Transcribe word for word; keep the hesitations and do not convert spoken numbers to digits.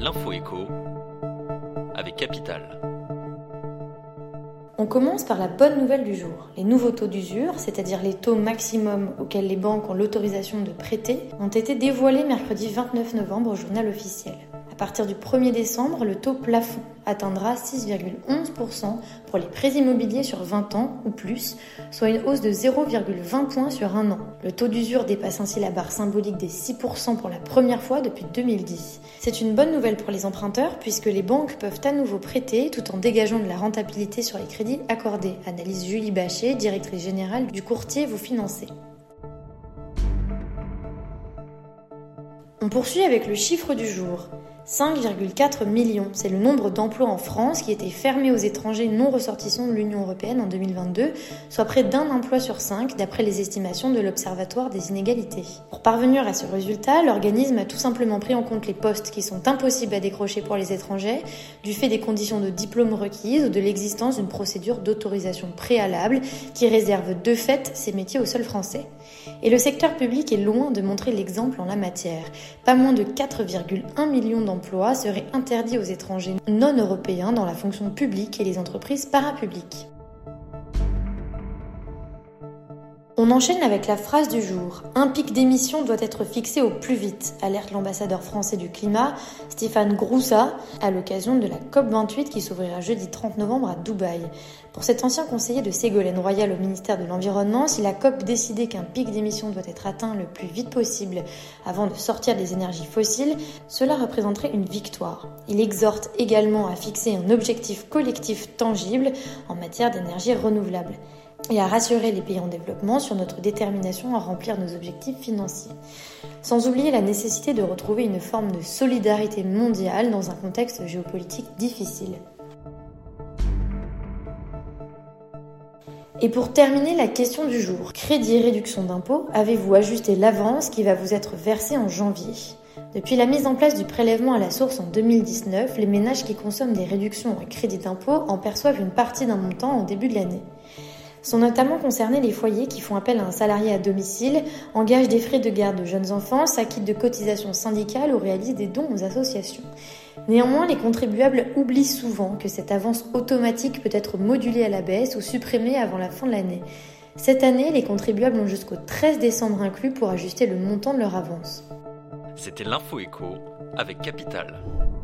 l'info éco avec Capital. On commence par la bonne nouvelle du jour. Les nouveaux taux d'usure, c'est-à-dire les taux maximum auxquels les banques ont l'autorisation de prêter, ont été dévoilés mercredi vingt-neuf novembre au journal officiel. À partir du premier décembre, le taux plafond atteindra six virgule onze pour cent pour les prêts immobiliers sur vingt ans ou plus, soit une hausse de zéro virgule vingt points sur un an. Le taux d'usure dépasse ainsi la barre symbolique des six pour cent pour la première fois depuis deux mille dix. C'est une bonne nouvelle pour les emprunteurs puisque les banques peuvent à nouveau prêter tout en dégageant de la rentabilité sur les crédits accordés, analyse Julie Bachet, directrice générale du courtier Vous Financez. On poursuit avec le chiffre du jour. cinq virgule quatre millions, c'est le nombre d'emplois en France qui étaient fermés aux étrangers non ressortissants de l'Union européenne en deux mille vingt-deux, soit près d'un emploi sur cinq d'après les estimations de l'Observatoire des inégalités. Pour parvenir à ce résultat, l'organisme a tout simplement pris en compte les postes qui sont impossibles à décrocher pour les étrangers, du fait des conditions de diplôme requises ou de l'existence d'une procédure d'autorisation préalable qui réserve de fait ces métiers aux seuls Français. Et le secteur public est loin de montrer l'exemple en la matière. Pas moins de quatre virgule un millions d'emplois seraient interdits aux étrangers non européens dans la fonction publique et les entreprises parapubliques. On enchaîne avec la phrase du jour. Un pic d'émissions doit être fixé au plus vite, alerte l'ambassadeur français du climat, Stéphane Groussat, à l'occasion de la COP vingt-huit qui s'ouvrira jeudi trente novembre à Dubaï. Pour cet ancien conseiller de Ségolène Royal au ministère de l'Environnement, si la COP décidait qu'un pic d'émissions doit être atteint le plus vite possible avant de sortir des énergies fossiles, cela représenterait une victoire. Il exhorte également à fixer un objectif collectif tangible en matière d'énergie renouvelable et à rassurer les pays en développement sur notre détermination à remplir nos objectifs financiers. Sans oublier la nécessité de retrouver une forme de solidarité mondiale dans un contexte géopolitique difficile. Et pour terminer, la question du jour. Crédit et réduction d'impôts, avez-vous ajusté l'avance qui va vous être versée en janvier ? Depuis la mise en place du prélèvement à la source en deux mille dix-neuf, les ménages qui consomment des réductions et crédits d'impôt en perçoivent une partie d'un montant au début de l'année. Sont notamment concernés les foyers qui font appel à un salarié à domicile, engagent des frais de garde de jeunes enfants, s'acquittent de cotisations syndicales ou réalisent des dons aux associations. Néanmoins, les contribuables oublient souvent que cette avance automatique peut être modulée à la baisse ou supprimée avant la fin de l'année. Cette année, les contribuables ont jusqu'au treize décembre inclus pour ajuster le montant de leur avance. C'était l'info éco avec Capital.